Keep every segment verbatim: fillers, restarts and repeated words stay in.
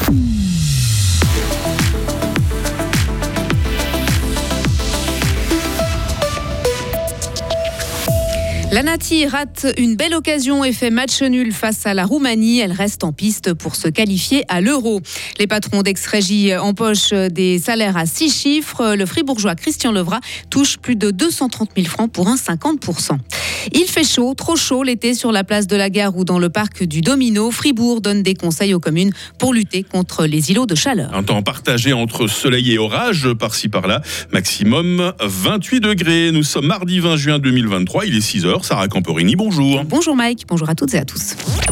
La Nati rate une belle occasion et fait match nul face à la Roumanie. Elle reste en piste pour se qualifier à l'Euro. Les patrons d'Ex-Régie empochent des salaires à six chiffres. Le fribourgeois Christian Levrat touche plus de deux cent trente mille francs pour un cinquante pour cent. Il fait chaud, trop chaud l'été sur la place de la Gare ou dans le parc du Domino. Fribourg donne des conseils aux communes pour lutter contre les îlots de chaleur. Un temps partagé entre soleil et orage, par-ci par-là. Maximum vingt-huit degrés. Nous sommes mardi vingt juin deux mille vingt-trois. Il est six heures. Sarah Camporini, bonjour. Bonjour Mike, bonjour à toutes et à tous.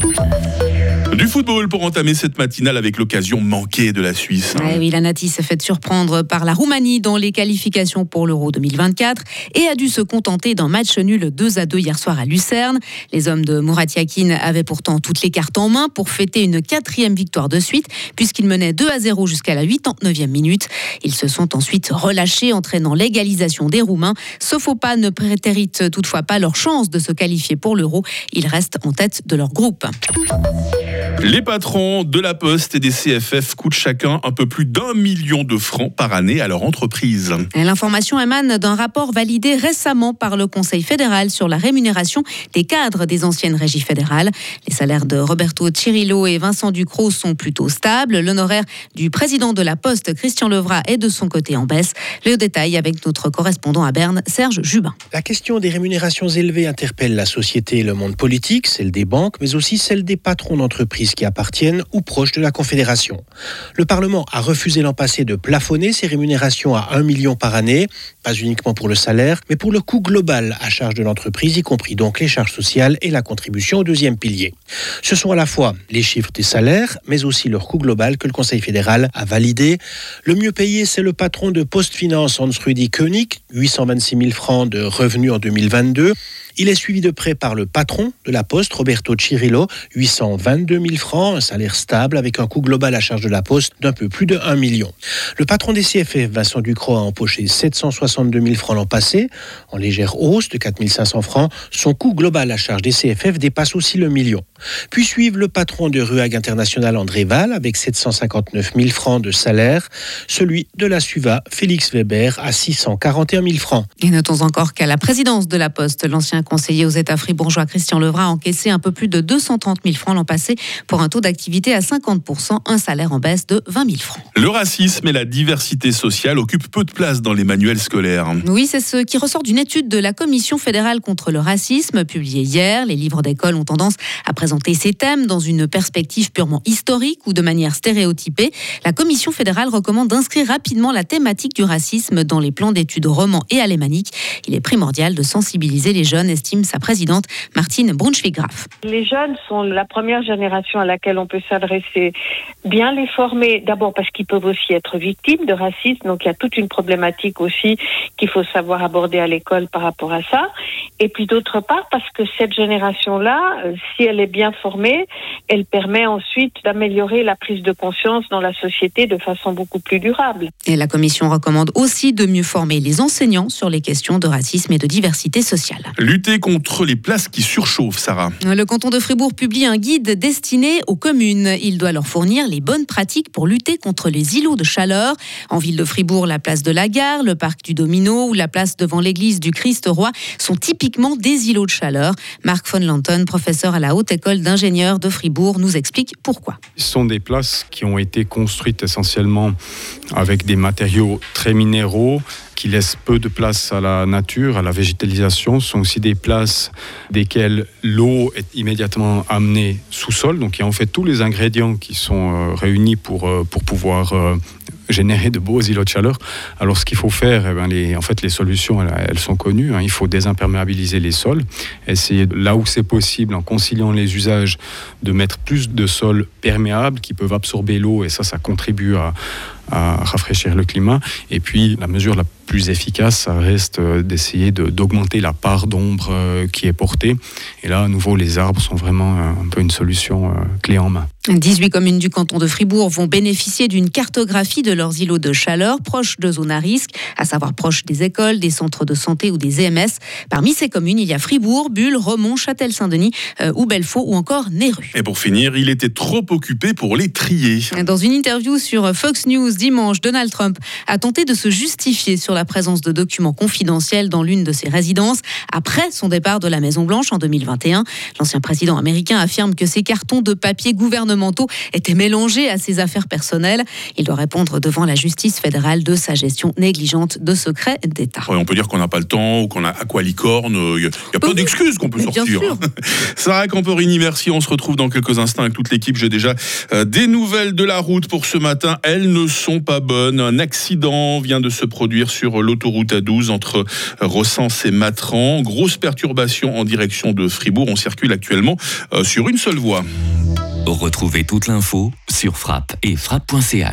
Du football pour entamer cette matinale avec l'occasion manquée de la Suisse. Ouais, oui, la Nati s'est fait surprendre par la Roumanie dans les qualifications pour l'Euro deux mille vingt-quatre et a dû se contenter d'un match nul deux à deux hier soir à Lucerne. Les hommes de Murat Yakin avaient pourtant toutes les cartes en main pour fêter une quatrième victoire de suite puisqu'ils menaient deux à zéro jusqu'à la quatre-vingt-neuvième minute. Ils se sont ensuite relâchés, entraînant l'égalisation des Roumains. Sofopane ne prétérite toutefois pas leur chance de se qualifier pour l'Euro. Ils restent en tête de leur groupe. Les patrons de la Poste et des C F F coûtent chacun un peu plus d'un million de francs par année à leur entreprise. L'information émane d'un rapport validé récemment par le Conseil fédéral sur la rémunération des cadres des anciennes régies fédérales. Les salaires de Roberto Cirillo et Vincent Ducrot sont plutôt stables. L'honoraire du président de la Poste, Christian Levrat, est de son côté en baisse. Le détail avec notre correspondant à Berne, Serge Jubin. La question des rémunérations élevées interpelle la société et le monde politique, celle des banques, mais aussi celle des patrons d'entreprises qui appartiennent ou proches de la Confédération. Le Parlement a refusé l'an passé de plafonner ces rémunérations à un million par année, pas uniquement pour le salaire, mais pour le coût global à charge de l'entreprise, y compris donc les charges sociales et la contribution au deuxième pilier. Ce sont à la fois les chiffres des salaires, mais aussi leur coût global que le Conseil fédéral a validé. Le mieux payé, c'est le patron de PostFinance, Hans-Rudi König, huit cent vingt-six mille francs de revenus en deux mille vingt-deux. Il est suivi de près par le patron de la Poste, Roberto Cirillo, huit cent vingt-deux mille francs, un salaire stable avec un coût global à charge de la Poste d'un peu plus de un million. Le patron des C F F, Vincent Ducrot, a empoché sept cent soixante-deux mille francs l'an passé, en légère hausse de quatre mille cinq cents francs. Son coût global à charge des C F F dépasse aussi le million. Puis suivent le patron de Ruag International, André Val, avec sept cent cinquante-neuf mille francs de salaire. Celui de la Suva, Félix Weber, à six cent quarante et un mille francs. Et notons encore qu'à la présidence de la Poste, l'ancien conseiller aux États fribourgeois Christian Levrat a encaissé un peu plus de deux cent trente mille francs l'an passé pour un taux d'activité à cinquante pour cent, un salaire en baisse de vingt mille francs. Le racisme et la diversité sociale occupent peu de place dans les manuels scolaires. Oui, c'est ce qui ressort d'une étude de la Commission fédérale contre le racisme publiée hier. Les livres d'école ont tendance à présenter ces thèmes dans une perspective purement historique ou de manière stéréotypée. La Commission fédérale recommande d'inscrire rapidement la thématique du racisme dans les plans d'études romans et alémaniques. Il est primordial de sensibiliser les jeunes, estime sa présidente Martine Brunschwig-Graf. Les jeunes sont la première génération à laquelle on peut s'adresser. Bien les former, d'abord parce qu'ils peuvent aussi être victimes de racisme, donc il y a toute une problématique aussi qu'il faut savoir aborder à l'école par rapport à ça. Et puis d'autre part, parce que cette génération-là, si elle est bien formée, elle permet ensuite d'améliorer la prise de conscience dans la société de façon beaucoup plus durable. Et la Commission recommande aussi de mieux former les enseignants sur les questions de racisme et de diversité sociale. Lutter contre les places qui surchauffent, Sarah. Le canton de Fribourg publie un guide destiné aux communes. Il doit leur fournir les bonnes pratiques pour lutter contre les îlots de chaleur. En ville de Fribourg, la place de la Gare, le parc du Domino ou la place devant l'église du Christ-Roi sont typiquement des îlots de chaleur. Marc von Lanton, professeur à la Haute École d'ingénieurs de Fribourg, nous explique pourquoi. Ce sont des places qui ont été construites essentiellement avec des matériaux très minéraux, qui laissent peu de place à la nature, à la végétalisation. Ce sont aussi des places desquelles l'eau est immédiatement amenée sous-sol. Donc il y a en fait tous les ingrédients qui sont euh, réunis pour, euh, pour pouvoir euh, générer de beaux îlots de chaleur. Alors ce qu'il faut faire, eh ben, les, en fait les solutions elles, elles sont connues. Hein. Il faut désimperméabiliser les sols, essayer là où c'est possible, en conciliant les usages, de mettre plus de sols perméables qui peuvent absorber l'eau, et ça, ça contribue à à rafraîchir le climat. Et puis la mesure la plus efficace, ça reste d'essayer de, d'augmenter la part d'ombre qui est portée. Et là, à nouveau, les arbres sont vraiment un peu une solution clé en main. dix-huit communes du canton de Fribourg vont bénéficier d'une cartographie de leurs îlots de chaleur proches de zones à risque, à savoir proches des écoles, des centres de santé ou des E M S. Parmi ces communes, il y a Fribourg, Bulle, Romont, Châtel-Saint-Denis euh, ou Belfaux ou encore Néru. Et pour finir, il était trop occupé pour les trier. Dans une interview sur Fox News dimanche, Donald Trump a tenté de se justifier sur la présence de documents confidentiels dans l'une de ses résidences après son départ de la Maison-Blanche en deux mille vingt et un. L'ancien président américain affirme que ces cartons de papier gouvernementaux étaient mélangés à ses affaires personnelles. Il doit répondre devant la justice fédérale de sa gestion négligente de secrets d'État. Ouais, on peut dire qu'on n'a pas le temps ou qu'on a aqualicorne. Il y a, y a plein oui, d'excuses qu'on peut sortir. Bien sûr. Sarah Camporini, merci. On se retrouve dans quelques instants avec toute l'équipe. J'ai déjà euh, des nouvelles de la route pour ce matin. Elles ne sont pas bonnes. Un accident vient de se produire sur l'autoroute A douze entre Rossens et Matran. Grosse perturbation en direction de Fribourg. On circule actuellement euh, sur une seule voie. Retrouvez toute l'info sur frappe et frappe point c h.